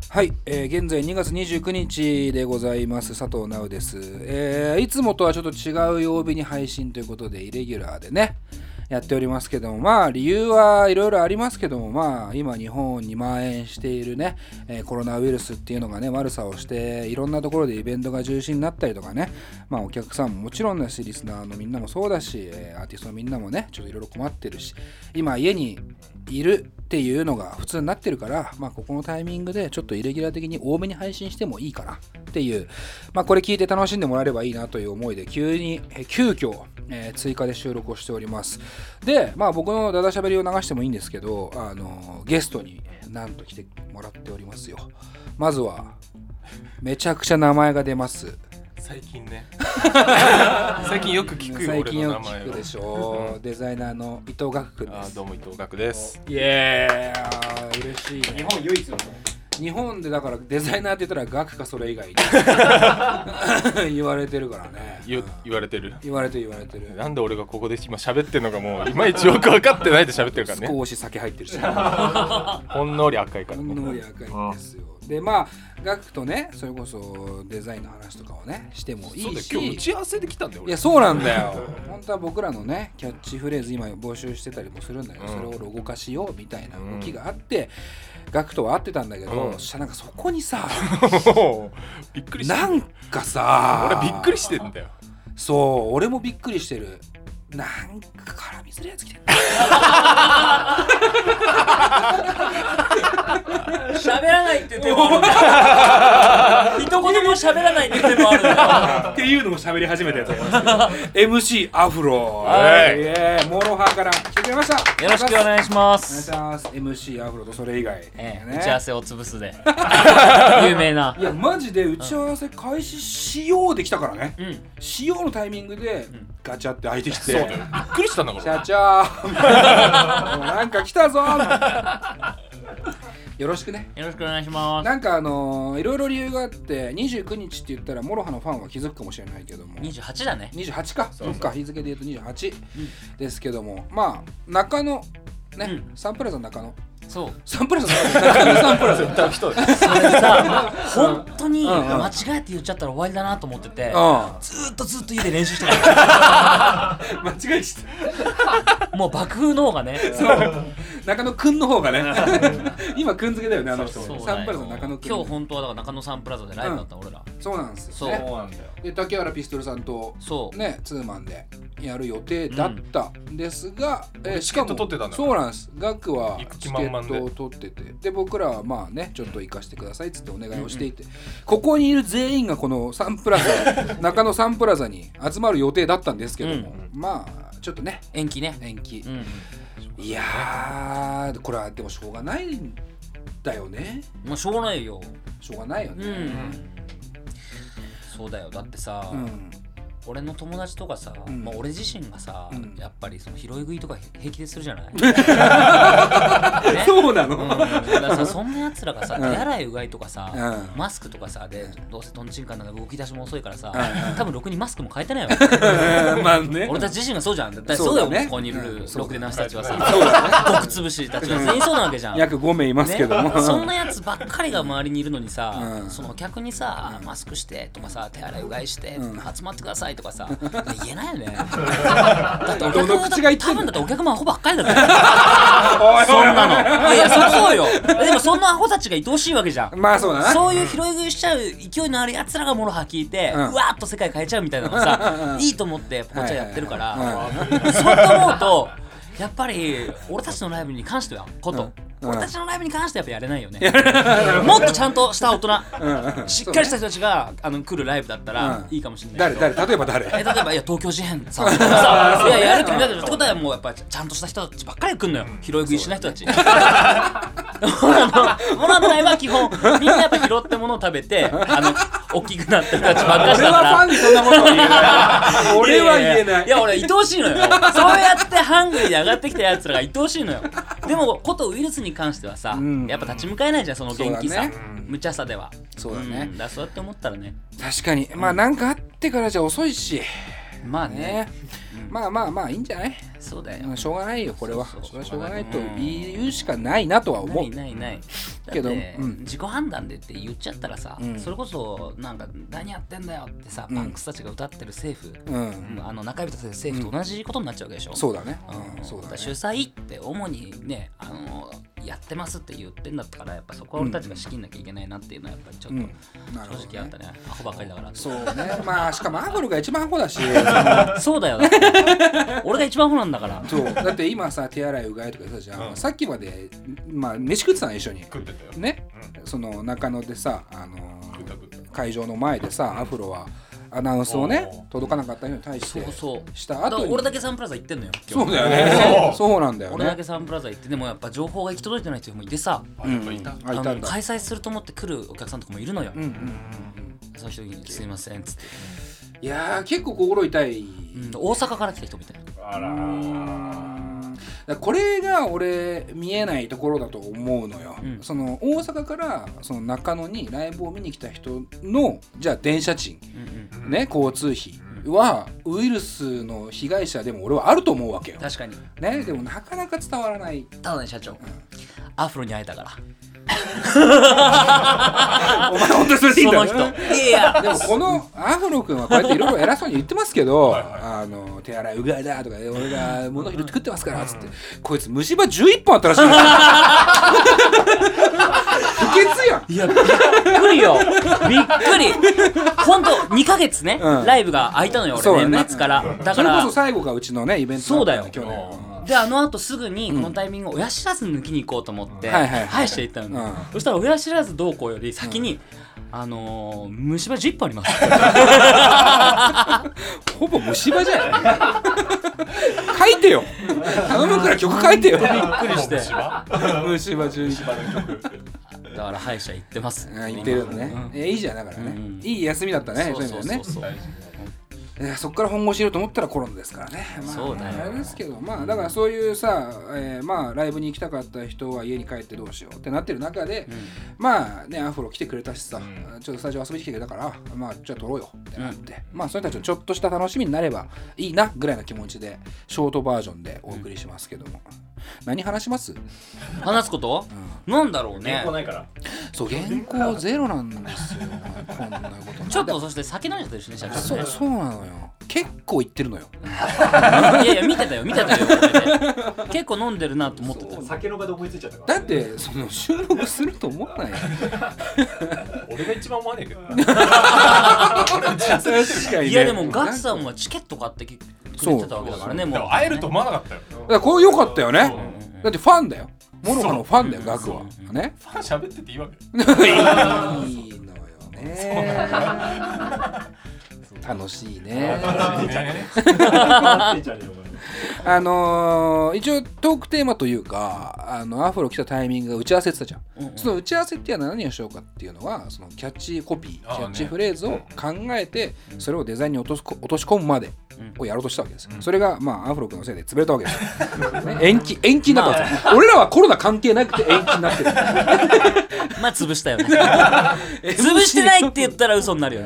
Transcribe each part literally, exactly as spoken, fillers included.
はい、えー、現在にがつにじゅうくにちでございます。佐藤直です、えー、いつもとはちょっと違う曜日に配信ということでイレギュラーでねやっておりますけども、まあ理由はいろいろありますけども、まあ今日本に蔓延しているね、えー、コロナウイルスっていうのがね悪さをしていろんなところでイベントが中止になったりとかね、まあお客さんももちろんだしリスナーのみんなもそうだし、えー、アーティストのみんなもねちょっといろいろ困ってるし、今家にいるっていうのが普通になってるから、まあここのタイミングでちょっとイレギュラー的に多めに配信してもいいかなっていう、まあこれ聞いて楽しんでもらえればいいなという思いで急にえ急遽、えー、追加で収録をしております。で、まあ僕のダダしゃべりを流してもいいんですけど、あのゲストになんと来てもらっておりますよ。まずはめちゃくちゃ名前が出ます。 最近ね最近よく聞くよ最近よく俺の名前聞くでしょ、うん、デザイナーの伊藤岳くんです。 あどうも伊藤岳です。 イエーイ嬉しい、ね、 日本唯一の日本でだからデザイナーって言ったら岳かそれ以外に言われてるからね。 言, 言われてる言われてる言われてる。 なんで俺がここで今喋ってるのかもういまいちよく分かってないで喋ってるからね。 少し酒入ってるしほんのり赤いから、ね、 ほんのり赤いんですよ。でまあ岳とねそれこそデザインの話とかをねしてもいいし、 そうだ今日打ち合わせで来たんだよ俺。 いやそうなんだよ本当は僕らのねキャッチフレーズ今募集してたりもするんだけど、うん、それをロゴ化しようみたいな動きがあって、うん、岳とは会ってたんだけど、うん、なんかそこにさびっくりしてなんかさ俺びっくりしてるんだよ。 そう俺もびっくりしてる。なんか絡みづらいやつ来てる喋らないっていう手もあるんだ一言も喋らないっていう手もあるんだっていうのも喋り始めたやつがいますけどエムシー アフロはいイエーイモロハから来てくれました。 よろしくお願いしますお願いします。 エムシー アフロとそれ以外、 ええね、 打ち合わせを潰すで有名な。 いやマジで打ち合わせ開始しようできたからね、うん、しようのタイミングで、うん、ガチャって開いてきて、 そうだよびっくりしたんだから社長なんか来たぞよろしくね。 よろしくお願いします。 なんかあのー、いろいろ理由があってにじゅうくにちって言ったらモロハのファンは気づくかもしれないけどもにじゅうはちだね。 にじゅうはちかそうか日付で言うとにじゅうはち、 うん、 ですけどもまあ中野ね、うん、サンプラザ中野そうサンプラザ中野サンプラザ歌う人それさ本当に間違えて言っちゃったら終わりだなと思ってて、うん、ずーっとずっと家で練習してた間違えちゃったもう爆風の方がねそう中野くんの方がね今くん付けだよねあの人。 そうそうサンプラザ中野くん。 今日本当はだから中野サンプラザでライブだった、うん、俺ら。 そうなんですよ、 そう、 ね、 そうなんだよ。 で竹原ピストルさんとそうねツーマンでやる予定だったんですが、 うんえー、しかもチケット取ってたんだ。 そうなんです。岳はチケ行く気満々でットを取っててで僕らはまあねちょっと行かせてくださいっつってお願いをしていて、うんうん、ここにいる全員がこのサンプラザ中野サンプラザに集まる予定だったんですけども、うんうん、まあちょっとね延期ね延期、 うんうんいやーこれはでもしょうがないんだよね。 もうしょうがないよしょうがないよね、うん、 そうだよ。だってさ、うん俺の友達とかさ、うんまあ、俺自身がさ、うん、やっぱりその拾い食いとか平気でするじゃない、 ね、そうなの、 うん、だからさそんなやつらがさ、うん、手洗いうがいとかさ、うん、マスクとかさでどうせトンチンカンなんか動き出しも遅いからさ、うん、多分ろくにマスクも変えてないわけまあ、ね、 俺たち自身がそうじゃん。だってそうだよ、ね、ここにいるろくでなしたちはさ極つぶしたちは全員そうなわけじゃん。 約ごめいいますけども、 ね、そんなやつばっかりが周りにいるのにさ、うん、その逆にさマスクしてとかさ手洗いうがいして、うん、集まってくださいとかさ言えないよねだってお客が多分だってお客もアホばっかりだからそんなのいやそりゃそうよ。でもそんなアホたちが愛おしいわけじゃん。 まあそうだな。 そういう拾い食いしちゃう勢いのあるやつらがモロハ聞いて、うん、うわーっと世界変えちゃうみたいなのがさいいと思ってポコチャやってるから、そう思うとやっぱり俺たちのライブに関してはこと、うん俺たちのライブに関してはやっぱやれないよねもっとちゃんとした大人、うん、しっかりした人たちがあの来るライブだったらいいかもしれないけど、 誰誰例えば誰え例えばいや東京事変さんとかさいややるってみたいなってことはもうやっぱちゃんとした人たちばっかり来るのよ。拾い食いしない人たちモラのライブは基本みんなやっぱ拾ってものを食べてあの大きくなってる人たちばっかりだから俺はファンにそんなこと言えない俺は言えない。 いや俺愛おしいのよそうやってハングリーで上がってきたやつらが愛おしいのよ。でもことウイルスに関してはさ、うん、やっぱ立ち向かえないじゃんその元気さ、ね、無茶さでは。 そうだね、 うん、だそうやって思ったらね確かにまあなんかあってからじゃ遅いしまあね、ねうん、まあまあまあいいんじゃない。 そうだよしょうがないよこれは。それはしょうがないと言うしかないなとは思う。 ないないないけど、 だってうん、 自己判断でって言っちゃったらさ、 うんそれこそなんか何やってんだよってさ、 うんパンクスたちが歌ってる政府、 うんうんあの中指とされる政府と同じことになっちゃうわけでしょ、 そうだね、 うんうん、そうだねだから主催って主にねあのやってますって言ってんだったからやっぱそこは俺たちが仕切んなきゃいけないなっていうのはやっぱりちょっと、 うんなるほどね正直あったねアホばっかりだからそうねまあしかもアフロが一番アホだしそうだよだって俺が一番アホなんだからそうだって今さ手洗いうがいとか言ってたじゃん、 うんさっきまでまあ飯食ってたの一緒に食ってたよね、 うんその中野でさ、あの食った食ったー会場の前でさアフロはアナウンスをねおー届かなかった人に対してそうそうしただから後に俺だけサンプラザ行ってんのよ今日そうだよねおーそうなんだよ俺だねけサンプラザ行ってでもやっぱ情報が行き届いてない人もいてさあやっぱいたうんあのあいたんだ開催すると思って来るお客さんとかもいるのよ、 うんうんうんそういう人にすいませんっつって、 いやー結構心痛い、 うん、大阪から来た人みたいなあらーだからこれが俺見えないところだと思うのよ、 うんその大阪からその中野にライブを見に来た人のじゃあ電車賃、 うんうんね、交通費はウイルスの被害者でも俺はあると思うわけよ、 確かにね、でもなかなか伝わらない、 ただね社長、アフロに会えたからお前本当にそれでいいんだその人いやでもこのアフロ君はこうやっていろいろ偉そうに言ってますけどはいはいあの手洗いうがいだとか俺が物拾って食ってますからっつってこいつ虫歯じゅういっぽんあったらしい不潔やんいやびっくりよびっくりほんとにかげつね、 うんライブが空いたのよ俺、 そうだね年末からだそれこからそ最後がうちのねイベントそうだよったの去年であの後すぐにこのタイミングを親知らず抜きに行こうと思ってはいはいはい歯医者行ったの、 うんそしたら親知らずどうこうより先に、あのー、虫歯じゅっぽんありますほぼ虫歯じゃん書いてよ頼むから曲書いてよびっくりして虫歯虫歯じゅういっぽんだから歯医者行ってますあ言ってるのね、 うんいやいいじゃんだからね、 うんいい休みだったねそうそういう意味ではねそうそうそういやそっから本腰入れると思ったらコロナですからね、まあ、 そうだよあれですけどまあだからそういうさ、えーまあライブに行きたかった人は家に帰ってどうしようってなってる中で、まあねアフロ来てくれたしさ、 うんちょっとスタジオ遊びに来てくれたからまあじゃあ撮ろうよってなって、まあそれたちのちょっとした楽しみになればいいなぐらいの気持ちでショートバージョンでお送りしますけども、何話します話すこと、なんだろうねないからそう原稿ゼロなんですよこんなことちょっとそして酒飲んじゃってるしね社長ねそうそうなのよ結構言ってるのよいやいや見てたよ見てたよこれね結構飲んでるなと思ってたよ酒の場で思いついちゃったからだってその収録すると思わないよ俺が一番思わねえけど確かにねいやでもガッツさんはチケット買ってきくれてたわけだからねもうでも会えると思わなかったよだからこれ良かったよねうんだってファンだよモロハのファンだよガクはねファン喋ってていいわけいいのよね楽しいねあのー、一応トークテーマというかあのアフロ来たタイミングが打ち合わせって言ってたじゃん、 うんうんその打ち合わせっていうのは何をしようかっていうのはそのキャッチコピーあーねキャッチフレーズを考えてそれをデザインに落とす落とし込むまでをやろうとしたわけですよ、それがまあアフロ君のせいで潰れたわけですよ、ね、延期延期になったわけですよ、俺らはコロナ関係なくて延期になってるまあ潰したよね潰してないって言ったら嘘になるよね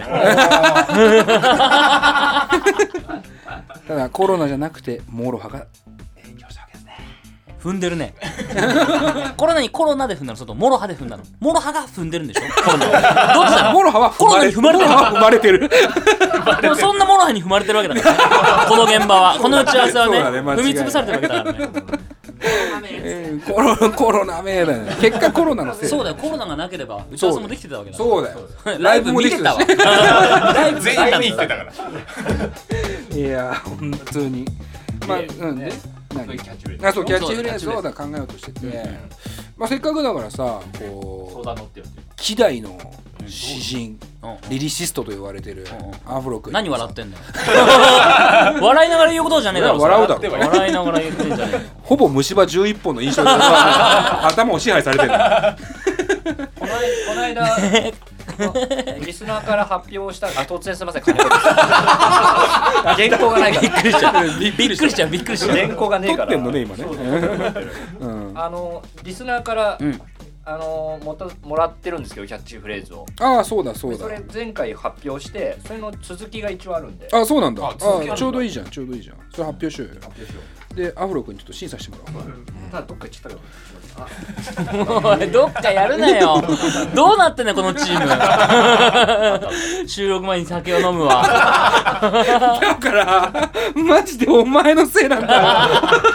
ただコロナじゃなくてモロハが影響したわけですね踏んでるねコロナにコロナで踏んだのそれとモロハで踏んだのモロハが踏んでるんでしょコロナはどっちだモロハはコロナに踏まれてるモロハは踏まれてるでもそんなモロハに踏まれてるわけだからねこの現場はこの打ち合わせはねそうだね間違いない踏み潰されてるわけだからねえーコロコロナ名だよね結果コロナのせいそうだよコロナがなければ打ち合わせもできてたわけだそうだよライブ見てたわライブ全員見に行ってたからいや本当にまあうんで何キャッチフレーズあそうキャッチフレーズをだから考えようとしてて、まあ、せっかくだからさこ相談乗ってよってう希代の詩人うんリリシストと言われてるアフロ君何笑ってんだよ笑いながら言うことじゃねえだろ笑うだろ笑いながら言ってんじゃねえほぼ虫歯じゅういっぽんの印象で頭を支配されてるこのこの間リスナーから発表したあ突然すみません金子です原稿がないからびっくりしちゃうびっくりしちゃうびっくりしちゃう原稿がねえから撮ってんのね今ねそうそううんあのリスナーから、 うんあのー、もともらってるんですけどキャッチフレーズを。 ああそうだそうだ。 それ前回発表してそれの続きが一応あるんで。 あそうなんだ。あ続きあるんだちょうどいいじゃんちょうどいいじゃん。それ発表しようよ。 発表しよでアフロ君ちょっと審査してもらおう。 う。ただどっか行っちゃったよ。 おいどっかやるなよ。どうなってんだこのチーム。収録前に酒を飲むわ。 だからマジでお前のせいなんだ。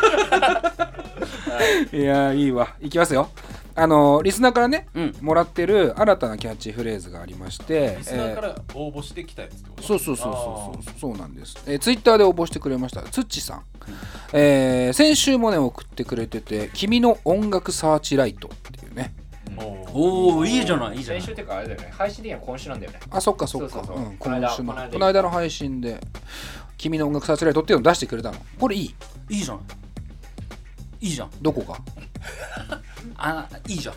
いやーいいわ。いきますよ。あのリスナーからね、うん、もらってる新たなキャッチフレーズがありまして、 リスナーから応募してきたやつってこと？ そうそうそうそうそうそうなんです。えー、ツイッターで応募してくれましたつっちさん、うんえー、先週もね送ってくれてて君の音楽サーチライトっていうね、 うん、おおいいじゃないいいじゃない。 先週ってかあれだよね配信的には今週なんだよね。 あそっかそっかそうそうそう、 うん、今週のこの間の配信で君の音楽サーチライトっていうのを出してくれたの。これいいいいじゃんいいじゃん。 どこがあいいじゃん。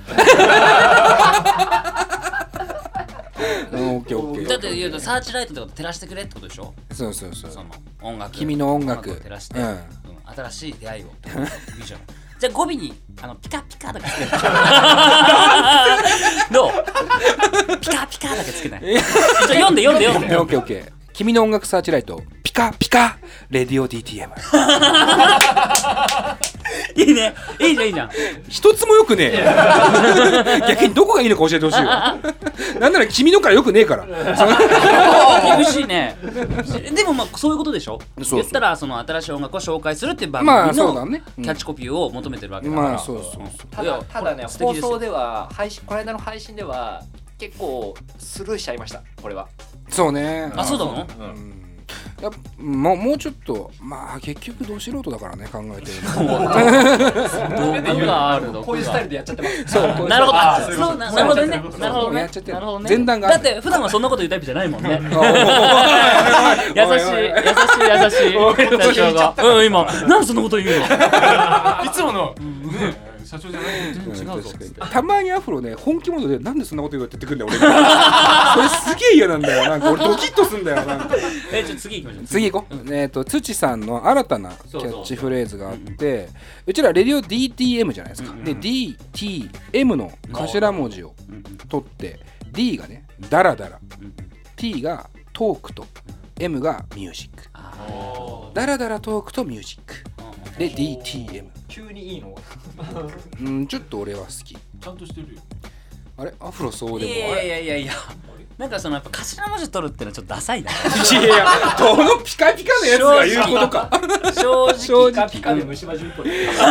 オッケーオッケー。 だって言うとサーチライトってこと照らしてくれってことでしょ。 そうそうそう。 その音楽君の音楽を照らして、 うんうん、新しい出会いを。いいじゃん。じゃあ語尾にあのピカピカだけつける。どう？ピカピカだけつけない。じゃあ読んで読んで読んで。 オッケーオッケー。君の音楽サーチライトピカピカレディオ ディーティーエム。 いいねいいじゃんいいじゃん。 一つもよくねえ。逆にどこがいいのか教えてほしいよ。なんなら君のからよくねえから。 厳しいね。でもまあそういうことでしょ。 そうそう言ったらその新しい音楽を紹介するっていう番組のキャッチコピーを求めてるわけだから。 まあそうそうそう。 ただただね放送では配信この間の配信では結構スルーしちゃいましたこれは。 そうね。 あそうだの？ うん。 やもうもうちょっとまあ結局ど素人だからね考えてるの。毒があるこういうスタイルでやっちゃってます。 そうなるほど。そうなるほどね。なるほどね。 やっちゃってる。 なるほどね。 前段がだって普段はそんなこと言うタイプじゃないもんね。優しい優しい優しい社長が。うん今なんでそんなこと言うの？ いつもの社長じゃない違うぞ。 たまにアフロね本気モードでなんでそんなこと言うって言ってくるんだよ俺が。それすげえ嫌なんだよ。なんか俺ドキッとすんだよ。なんかえじゃあ次行きましょう。 次行こう。えっと土さんの新たなキャッチフレーズがあって、うちらレディオ ディーティーエム じゃないですか。で ディーティーエム の頭文字を取って D がねダラダラ、T がトークと M がミュージック。ダラダラトークとミュージックで ディーティーエム。 急にいいの？ うんちょっと俺は好き。 ちゃんとしてるよ。 あれアフロそうでも。 いやいやいやいや。なんかそのやっぱ頭文字取るってのはちょっとダサいな。いやいやどのピカピカのやつが言うことか。 正直正直ピカピカで虫歯じゅっぽい。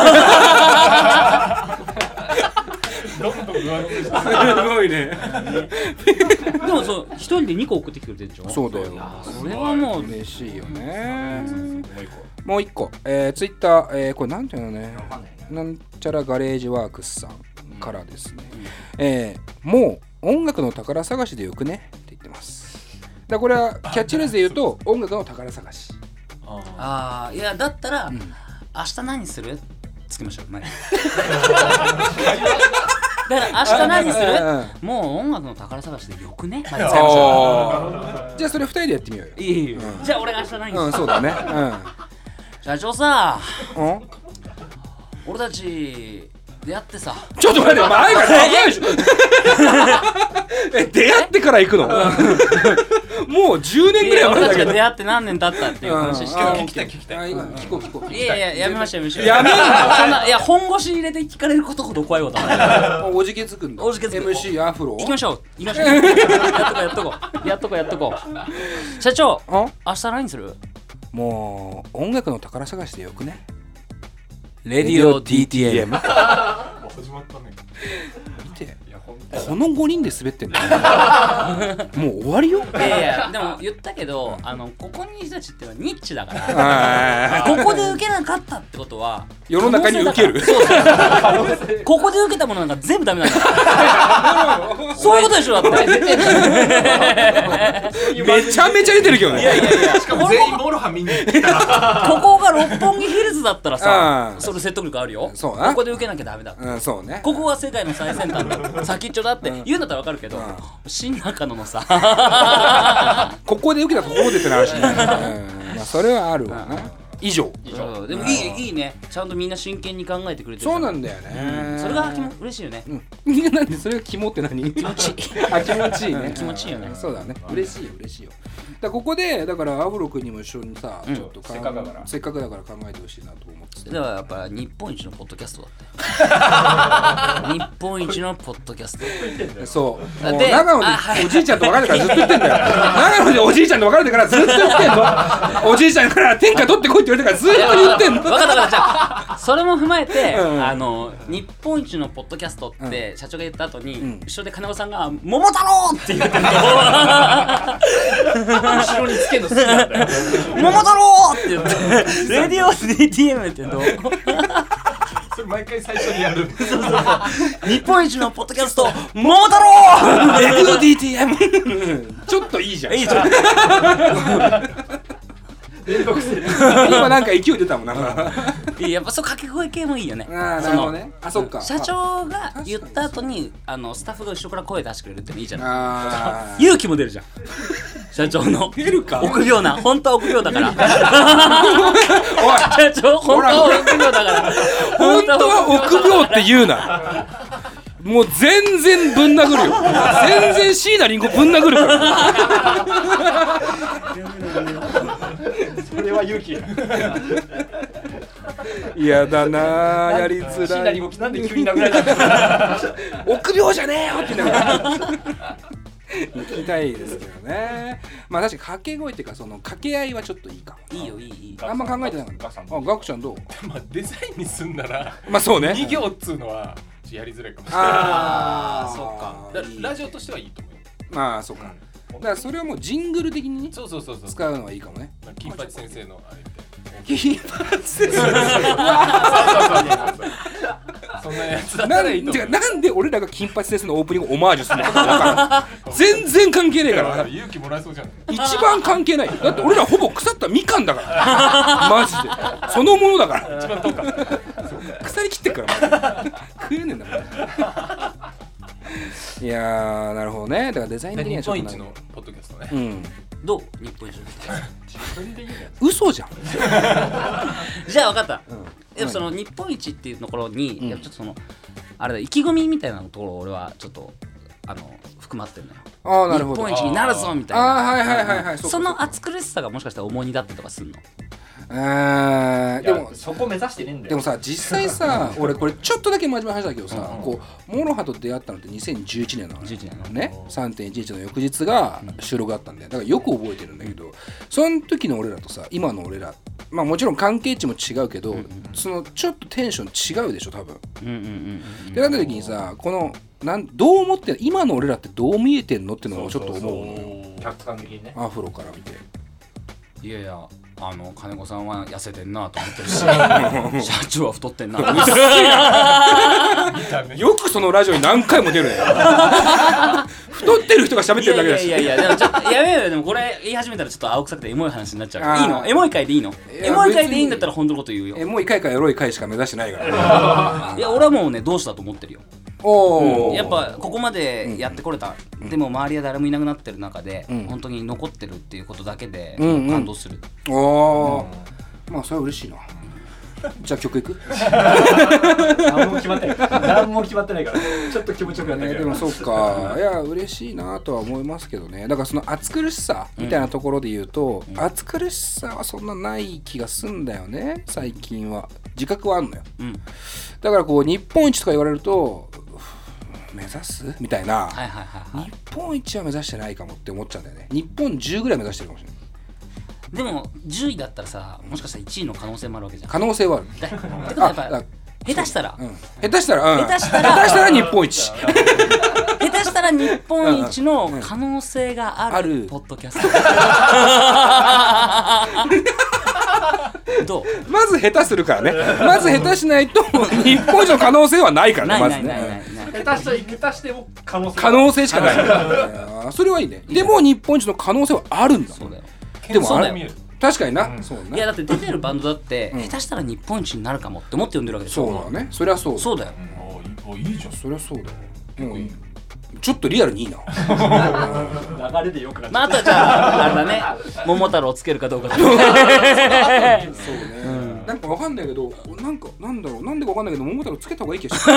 どんどん上乗せしてすごいね。 でもそう一人でにこ送ってきてくれてるでしょ。 そうだよ。 それはもう嬉しいよね。もう一個、えー、ツイッター、えー、これなんていうのね、なんちゃらガレージワークスさんからですね、えー、もう音楽の宝探しでよくねって言ってます。だこれはキャッチフレーズで言うと音楽の宝探し。 ああいやだったら、うん、明日何するつけましょう前。だから明日何する、うん、もう音楽の宝探しでよくね、まあ、使いましょう。 じゃあそれふたりでやってみようよ。 いい、うん、じゃあ俺が明日何する、 うん、そうだね、うん、 社長さ、 うん、 俺たち出会ってさ。 ちょっと待って、前が長いでしょ。え、出会ってから行くの？もうじゅうねんぐらい前だけど。 俺たちが出会って何年経ったっていう話して聞きたい聞きたい。 聞こう聞こう。 いやいややめましょうやめましょう。 やめんの？ そんないや本腰入れて聞かれることほど怖いことはない。 おじけつくんだ。 おじけつく。 エムシー アフロ。 行きましょう行きましょう。やっとこやっとこやっとこやっとこ。社長、明日何する？ もう音楽の宝探しでよくね。 レディオ ディーティーエム。 始まったね。 見て、このごにんで滑ってんだよ。もう終わりよ。 いやいやでも言ったけど、あのここにいる人たちってのはニッチだから。ここで受けなかったってことは世の中に受ける。 そうそうここで受けたものなんか全部ダメなんだから。そういうことでしょだって。 めちゃめちゃ出てるけどね。 いやいやいや。 しかも全員モロハ見に行った。 ここが六本木ヒルズだったらさ、それ説得力あるよ。 そうな。 ここで受けなきゃダメだ。 うんそうね。 ここが世界の最先端だ。先っちょだって言うんだったらわかるけど、新中野のさ。 ここで受けたところでってなるしね。まあそれはあるわな。 以上。 うんでもいいいいね、ちゃんとみんな真剣に考えてくれてる。 そうなんだよね、 うん、それが嬉しいよね。 うん、なんでそれが肝って何？ 気持ちいいあ、気持ちいいね。 気持ちいいよね。 そうだね、嬉しいよ嬉しいよ。だここでだからアフロ君にも一緒にさ、うん、ちょっとせっかくだからせっかくだから考えてほしいなと思ってて。 だからやっぱ日本一のポッドキャストだって日本一のポッドキャスト。 そうもう長野でおじいちゃんと別れてからずっと言ってんだよ。長野でおじいちゃんと別れてからずっと言ってんの。おじいちゃんから天下取ってこいって言われてからずっと言ってんの。 分かった分かった。じゃあそれも踏まえて、うん、あの日本一のポッドキャストって社長が言った後に、うん、後ろで金子さんが桃太郎って言ってるの。 後ろにつけるの好きなんだよ。 桃太郎って言ってレディオ ディーティーエム ってどう？ それ毎回最初にやる。 そうそうそう。日本一のポッドキャスト桃太郎。 レディオ ディーティーエム。ちょっといいじゃん。 いいじゃん。 今なんか勢い出たもんな。 いや、やっぱそう掛け声系もいいよね。 ああ、なるほどね。あ、そっか。 社長が言った後にあのスタッフが後ろから声出してくれるっていいじゃない。 ああ。 勇気も出るじゃん。社長の出るか。 臆病な、本当は臆病だから。おい、社長本当は臆病だから。 本当は臆病って言うな。もう全然ぶん殴るよ。全然椎名林檎ぶん殴るから。 それは勇気。 嫌だなぁ、やりづらい。 椎名林檎なんで急に殴られたんですか。 臆病じゃねえよって言いながら行きたいですけどね。まあ確かに掛け声っていうかその掛け合いはちょっといいかも。 いいよいいいい。 あんま考えてなかった。あ、ガクちゃんどう？ まあデザインにすんならまあそうね。 に行っつうのはやりづらいかもしれない。 ああ、そっか。 ラジオとしてはいいと思う。 まあそうか。だからそれはもうジングル的にね、 そうそうそうそう使うのはいいかもね。 金八先生のあれみたいな。 金八先生。 そんなやつだったらいいと思う。 なんで俺らが金八先生のオープニングオマージュするのか分からん。全然関係ねえから。 勇気もらえそうじゃん。 一番関係ない。だって俺らほぼ腐ったみかんだから。マジで。そのものだから。 一番遠かった。 腐りきってっから食えねえんだから。いやー、なるほどね。だからデザイン的にはちょっと日本一のポッドキャストね。 うん。 どう？日本一の自分で言うや嘘じゃん。 じゃあ分かった。 うん、 やっぱその日本一っていうところに、うん、やっぱちょっとそのあれだ、意気込みみたいなところを俺はちょっとあの含まってるのよ。 ああ、なるほど。 日本一になるぞみたいな。 ああ、はいはいはいはい。 その暑苦しさがもしかしたら重荷だったりとかすんの？ あでもそこ目指してねえんだよ。 でもさ、実際さ俺これちょっとだけ真面目な話だけどさ、うんうん、こうモロハと出会ったのってにせんじゅういちねんなのね。 さんてんいちいち の翌日が収録だったんで、だからよく覚えてるんだけど、その時の俺らとさ今の俺ら、まあもちろん関係値も違うけど、うんうん、そのちょっとテンション違うでしょ多分。うんうんうんうん、でなった時にさ、このなんどう思って今の俺らってどう見えてんのっていうのをちょっと思うのよ。 客観的にね。 アフロから見て。 いやいや、あの金子さんは痩せてんなと思ってるし社長は太ってんなよくそのラジオに何回も出るね。太ってる人が喋ってるだけだし。 いやいやいや、でもちょっとやめようよ。でもこれ言い始めたらちょっと青臭くてエモい話になっちゃう。いいの？エモい回でいいの？エモい回でいいんだったら本当のこと言うよ。 エモい回かエロい回しか目指してないから。 いや俺はもうね同志だと思ってるよ。 おうん、やっぱここまでやってこれた、うん、でも周りは誰もいなくなってる中で、うん、本当に残ってるっていうことだけで感動する。 うんうん、おー、うん、まあそれは嬉しいな。じゃあ曲いく？ 何も決まってない何も決まってないからちょっと気持ちよくなったけど、 ね、でもそうか、いや嬉しいなとは思いますけどね。だからその暑苦しさみたいなところで言うと、うん、暑苦しさはそんなない気がすんだよね最近は。自覚はあるのよ、うん、だからこう日本一とか言われると目指すみたいな、はいはいはいはい、日本一は目指してないかもって思っちゃうんだよね。日本じゅうぐらい目指してるかもしれない。 でもじゅういだったらさ、もしかしたらいちいの可能性もあるわけじゃん。 可能性はある。 ってことはやっぱ下手したら、 うん、下手したら、うん、 下手したら下手したら日本一下手したら日本一の可能性があるポッドキャストどう？ まず下手するからね。まず下手しないと日本一の可能性はないからね。まずね。下手して下手しても可能性可能性しかない。それはいいね。でも日本一の可能性はあるんだ。 そうだよ。 でもあれ確かにな、うん、そうね。 いやだって出てるバンドだって、うん、下手したら日本一になるかもって思って呼んでるわけでしょ。 そうだね。そりゃそうだ。 そうだよ。 あ、いいじゃん。 そりゃそうだよ。 結構いい。 ちょっとリアルにいいな。 流れでよくなっちゃった。 まあ、あとはじゃああれだね、桃太郎をつけるかどうかだね。 そうね、うん、なんかわかんないけど、なんかなんだろう、なんでかわかんないけど桃太郎つけた方がいい気がする。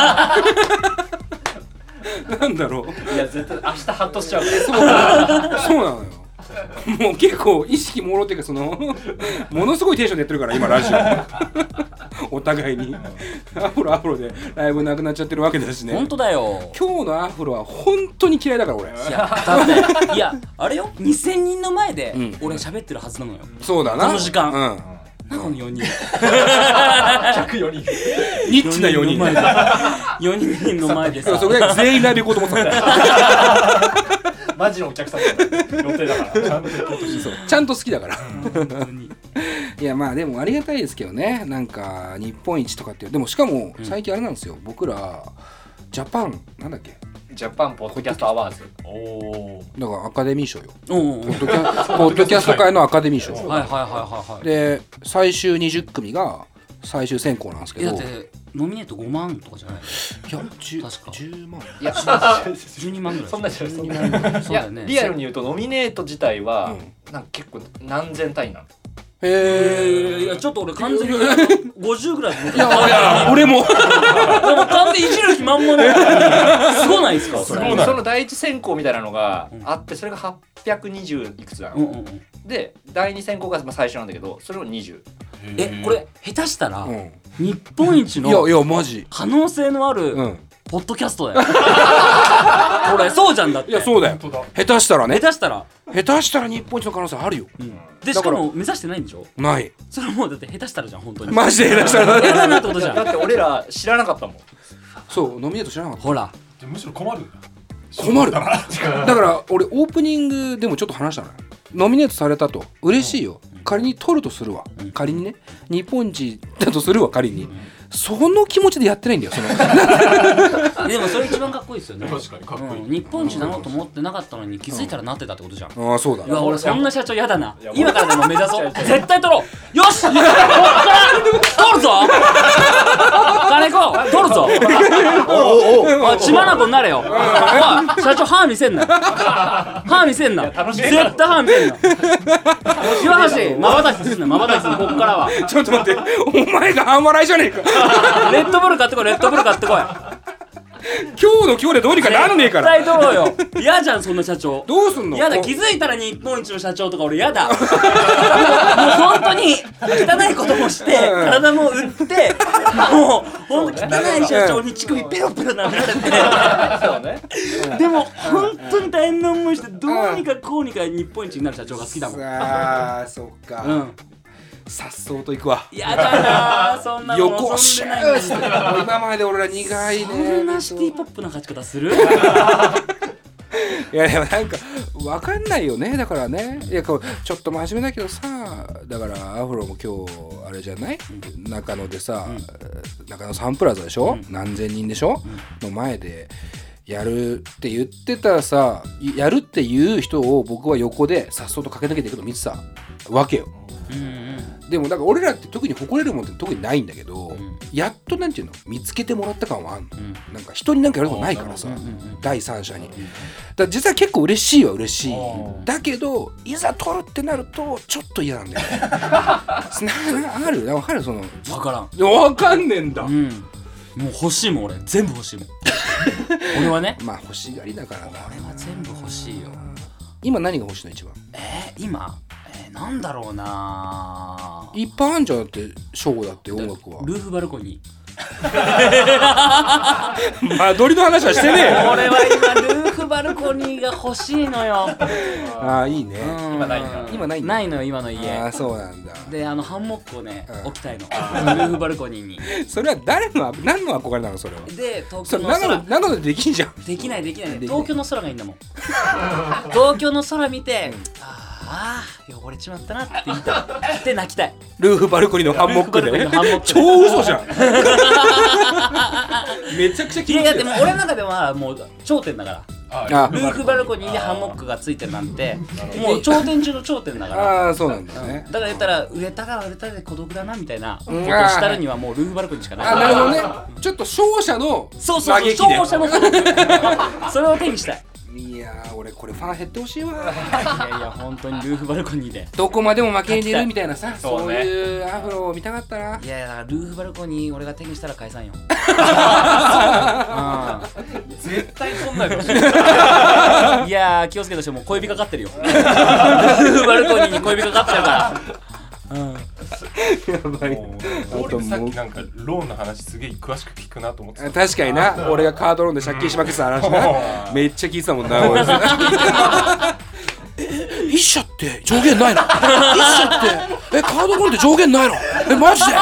なんだろう。 いや絶対明日ハッとしちゃう。 そうなそうなのよ。もう結構意識朦朧っていうか、そのものすごいテンションでやってるから今ラジオ。お互いにアフロアフロでライブなくなっちゃってるわけだしね。 本当だよ。 今日のアフロは本当に嫌いだから俺。 いやだっていやあれよ、にせんにんの前でうん俺喋ってるはずなのよ。 そうだな。 この時間。 うん。 なのによにん。 客よにん。 ニッチなよにん。 よにんの前でさ。 それで全員ライブ行こうと思ってた。 マジのお客さんの予定だから。ちゃんと行こうとしてそうちゃんと好きだから。 本当に。 いやまあでもありがたいですけどね。なんか日本一とかっていう、でもしかも最近あれなんですよ、僕らジャパンなんだっけ、 ジャパンポッドキャストアワーズ。おお。 だからアカデミー賞よ。 おうおう。 ポッドキャポッドキャスト界のアカデミー賞。 はいはいはいはいはい。 で最終にじゅっくみが最終選考なんですけど、 えだってノミネートごまんとかじゃない？ いやじゅう確かじゅうまん。 いやじゅうにまんぐらい。 そんなじゃない。そんなじゅうにまん。 いやそうだよね。 リアルに言うとノミネート自体は、 うなんか結構何千単位なの。 へええ。 ー、いやちょっと俺完全にごじゅうぐらいで見ていやいや俺も。 でも完全にいじる気満々だよ。すごないですかそれ。 その第一選考みたいなのがあって、それがはっぴゃくにじゅういくつなの、 うんうんうん。 で第二選考がまあ最初なんだけど、それをにじゅう。 えこれ下手したらうん日本一いやいのやマジ。 可能性のあるうん。 ポッドキャストだよ。これそうじゃんだって。 いやそうだよ。 本当だ。 下手したらね。 下手したら。 下手したら日本一の可能性あるよ。 でしかも目指してないんでしょ。 ない。 それもうだって下手したらじゃん本当に。 マジで下手したらやだなってことじゃん。 だって俺ら知らなかったもん。 そうノミネート知らなかった。 ほら。 じゃあむしろ困るんだ。 困る。だから俺オープニングでもちょっと話したのよ。ノミネートされたと嬉しいよ。仮に取るとするわ。仮にね日本一だとするわ仮に。その気持ちでやってないんだよその。 でもそれ一番かっこいいですよね。 確かにかっこいい。 うん日本一なろうと思ってなかったのに気づいたらなってたってことじゃん。 ああそうだ。 うわ俺そんな社長やだな。 いや今からでも目指そう。絶対取ろう。よしこっから取るぞ。金子取るぞ。おおお血眼になれよ。おい社長歯見せんな。歯見せんな。 楽しみ絶対歯見せんな。岩橋まばたきすんな。まばたきすんな。こっからはちょっと待ってお前が半笑いじゃねえか。 レッドブル買ってこい。レッドブル買ってこい。 今日の今日でどうにかなんねえから。 絶対取ろうよ。嫌じゃんそんな社長。 どうすんの。 やだ気づいたら日本一の社長とか俺やだ。もう本当に汚いこともして体も売ってもう本当汚い社長に乳首ペロペロ舐められて、 そうね。 でも本当に大変な思いしてどうにかこうにか日本一になる社長が好きだもん。 ああそっか。 うんさっそうといくわ。 やだなそんなの横シュ望んでないんだよ。 ー今まで俺ら苦いね。 そんなシティポップな勝ち方する？ いやでもなんかわかんないよね。だからねいやこうちょっと真面目だけどさ、だからアフロも今日あれじゃない、うん、中野でさ、うん、中野サンプラザでしょ、うん、何千人でしょ、うん、の前でやるって言ってたさ、やるっていう人を僕は横でさっそうと駆け抜けていくの見てたわけよ、うんうん、でもだから俺らって特に誇れるもんって特にないんだけど、うん、やっとなんていうの見つけてもらった感はあるの、うん、なんか人になんかやることないからさ、うんうん、第三者に、うん、だから実は結構嬉しいは嬉しいだけどいざ取るってなるとちょっと嫌なんだよねなある分かるその分からん分かんねえんだ、うん、 もう欲しいもん俺全部欲しいもん俺はねまあ欲しがりだからな俺は全部欲しいよ。 今何が欲しいの一番えー、今、えー、なんだろうないっぱいあんじゃんだってショーだって音楽はルーフバルコニー間取りの話はしてねえよ俺は今ルーフバルコニーが欲しいのよああいいね今ないんだ今ないんだないのよ今の家ああそうなんだであのハンモックをね、うん、置きたいのルーフバルコニーにそれは誰の何の憧れなのそれはで東京の空長野長野でできんじゃんできないできない、ね、東京の空がいいんだもん東京の空見て、うん、ああ汚れちまったなって言いたいって泣きたいルーフバルコニーのハンモックで超嘘じゃんめちゃくちゃ気持ちいい。 いやでも俺の中ではもう頂点だからあルーフバルコニーでハンモックがついてるなんてもう頂点中の頂点だから。 ああそうなんだね。 だから言ったら売れたから売れたで孤独だなみたいなことをしたるにはもうルーフバルコニーしかない。 あなるほどね。ちょっと勝者のそうそうそう、勝者の孤独それを手にしたい。 いやー俺これファン減ってほしいわ。 いやいや本当にルーフバルコニーでどこまでも負けに出るみたいなさ、 そうね、 そういうアフロを見たかったな。 いやいやルーフバルコニー俺が手にしたら解散よ。 絶対そんなのいやー気をつけとしてもう小指かかってるよ。ルーフバルコニーに小指かかってるから。うん、 やばい。 俺さっきなんかローンの話すげえ詳しく聞くなと思ってた。 確かにな、俺がカードローンで借金しまくってた話なめっちゃ聞いてたもんな俺。一社って上限ないの？一社ってえカードローンって上限ないの？えマジで？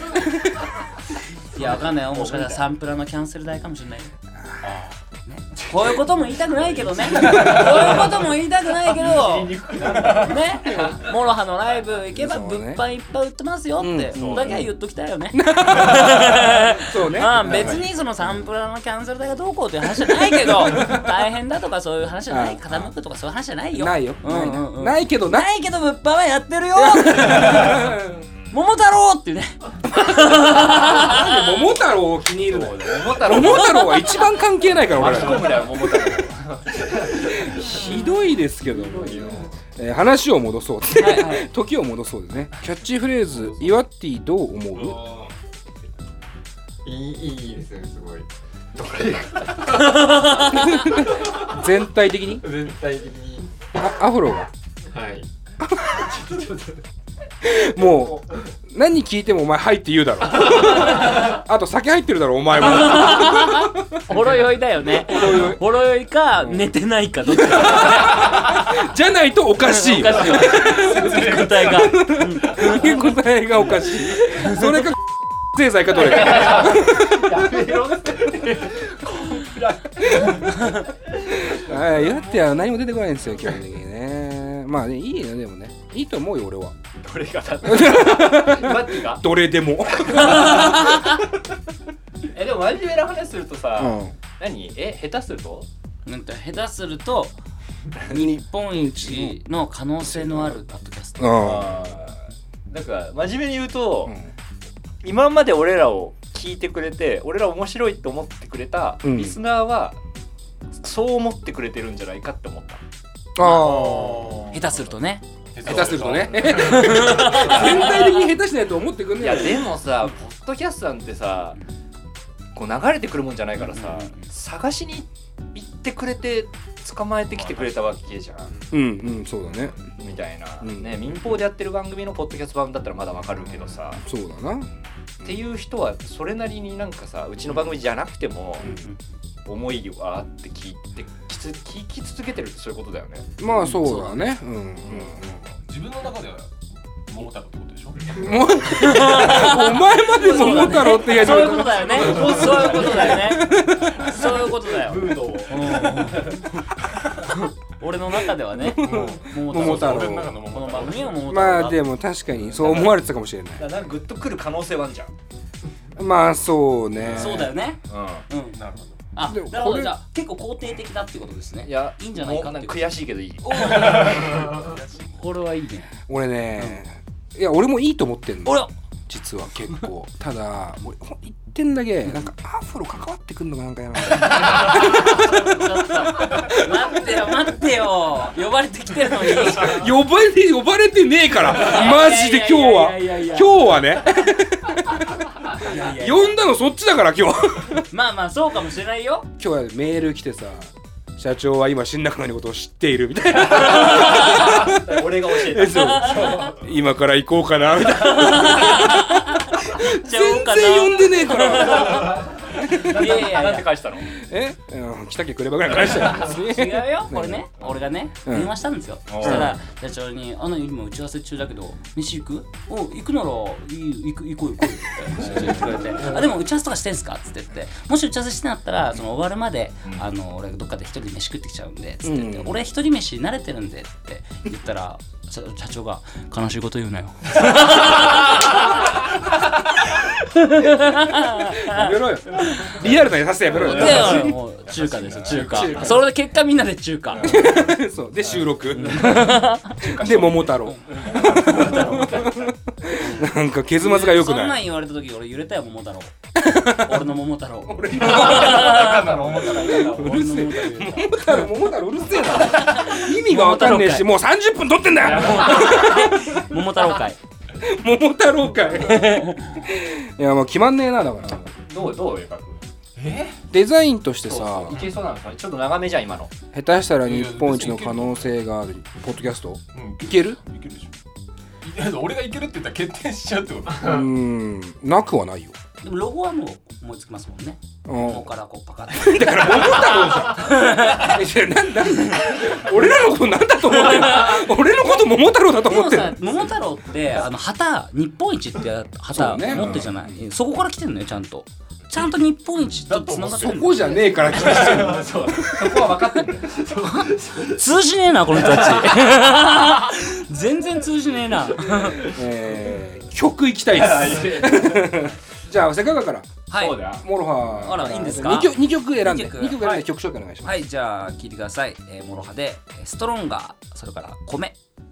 いやわかんないよ、もしかしたらサンプラのキャンセル代かもしれないよ。こういうことも言いたくないけどね。こういうことも言いたくないけどね。モロハのライブ行けば物販いっぱい売ってますよってそれだけは言っときたいよね。 そうね。 まあ別にそのサンプラのキャンセル代がどうこうっていう話じゃないけど大変だとかそういう話じゃない、傾くとかそういう話じゃないよ。 ないよ。 うんうんうん、 ないけどな。 ないけど物販はやってるよ。桃太郎っていうね。 桃太郎を気に入るのよ。 桃太郎桃太郎は一番関係ないから俺巻き込むだよ桃太郎。 ひどいですけども、えー、話を戻そう。はいはい、時を戻そうですね。キャッチフレーズイワッティどう思う？ いいいいですねすごい。どれ全体的に？ 全体的に。 あアフロが。 はい。ちょっとちょっと。 もう何聞いてもお前はいって言うだろ。あと酒入ってるだろお前も。 ほろ酔いだよね。ほろ酔いか寝てないかどっちか。 じゃないとおかしい。 おかしいよ。答えが。 答えがおかしい。それか製剤かどれか。やめろって。はい、やっては何も出てこないんですよ基本的にね。まあねいいよでもねいいと思うよ俺は。 どれがだって。 どれでも。 えでも真面目な話するとさ、 うん、 何え下手すると？ なんか下手すると日本一の可能性のあるポッドキャスト。 あなんか真面目に言うと、うん、今まで俺らを聞いてくれて俺ら面白いって思ってくれたリスナーは、うん、そう思ってくれてるんじゃないかって思った。 ああ下手するとね。 下手するとね。全体的に下手しないと思ってくんねえ。 いやでもさポッドキャストなんてさこう流れてくるもんじゃないからさ、うん、探しに行ってくれて捕まえてきてくれたわけじゃん。 うんうんそうだね。 みたいな、 うん、 ね民放でやってる番組のポッドキャスト版だったらまだわかるけどさ。 そうだな。 っていう人はそれなりになんかさうちの番組じゃなくても、うん、思いはあって聞いて聞き続けてるってそういうことだよね。 まあそうだね。うんうんうん、 自分の中では桃太郎ってことでしょ。お前まで桃太郎ってやつ。 そういうことだよね。そういうことだよね。そういうことだよ。 ブードを。 俺の中ではね。 桃太郎。 この番組は桃太郎。 まあでも確かにそう思われてたかもしれない。 だからグッとくる可能性はあるじゃん。 まあそうね。 そうだよね。 うん。うん。 なるほど。あ、なるほどじゃあ結構肯定的だっていうことですね。 いやいいんじゃないかっていう。 悔しいけどいい。 これはいいね。 俺ね、うん、いや俺もいいと思ってんの。 俺実は結構ただ俺一点だけなんかアフロ関わってくんのかなんかやめて。 待ってよ待ってよ呼ばれてきてるのに。 呼ばれて呼ばれてねえからマジで今日は今日はね。いやいやいや呼んだのそっちだから今日。 まあまあそうかもしれないよ。 今日はメール来てさ社長は今新中野のことを知っているみたいな。 俺が教えた。そう今から行こうかなみたいな。全然呼んでねえから。 いやいやなんて返したの？ え、うん、来たけくればぐらい返したよ。 違うよこれね俺がね電話したんですよ。そしたら社長にあの今打ち合わせ中だけど飯行く？お行くならいい行く行こう行こうって社長に言ってくれてあでも打ち合わせとかしてんすかっつって言ってもし打ち合わせしてなったらその終わるまであの俺どっかで一人で飯食ってきちゃうんでつって言って俺一人飯慣れてるんでって言ったら社長が悲しいこと言うなよ。 やめろよリアルな優しさやめろよでもう中華ですよ中華それで結果みんなで中華そうで収録で桃太郎なんか結末が良くないそんなん言われた時俺揺れたよ桃太郎俺の桃太郎俺の桃太郎うるせえ桃太郎桃太郎うるせえな意味がわかんねえしもうさんじゅっぷん撮ってんだよ桃太郎会桃太郎会いやもう決まんねえなだからどうどう描くデザインとしてさいけそうなんですかねちょっと長めじゃん今の下手したら日本一の可能性があるポッドキャストうんいけるいけるでしょいや俺がいけるって言ったら決定しちゃうってことうーんなくはないよでもロゴはもう思いつきますもんねうんここからこうパカッだから桃太郎じゃんなんだ俺らのことなんだと思ってる俺のこと桃太郎だとでも思ってるさ桃太郎ってあの旗日本一って旗そうね持ってるじゃない そ,、こから来てんのよちゃんとちゃんと日本一とつながってるのそこじゃねえから気がしてるのそうそこは分かってる通じねえなこの人たち全然通じねえなえー、曲いきたいですじゃあせっかくだからはいそうだよモロハあらいいんですかにきょくにきょく選んでにきょくにきょく選んで曲紹介お願いしますはいじゃあ聞いてください、えー、モロハでストロンガーそれから米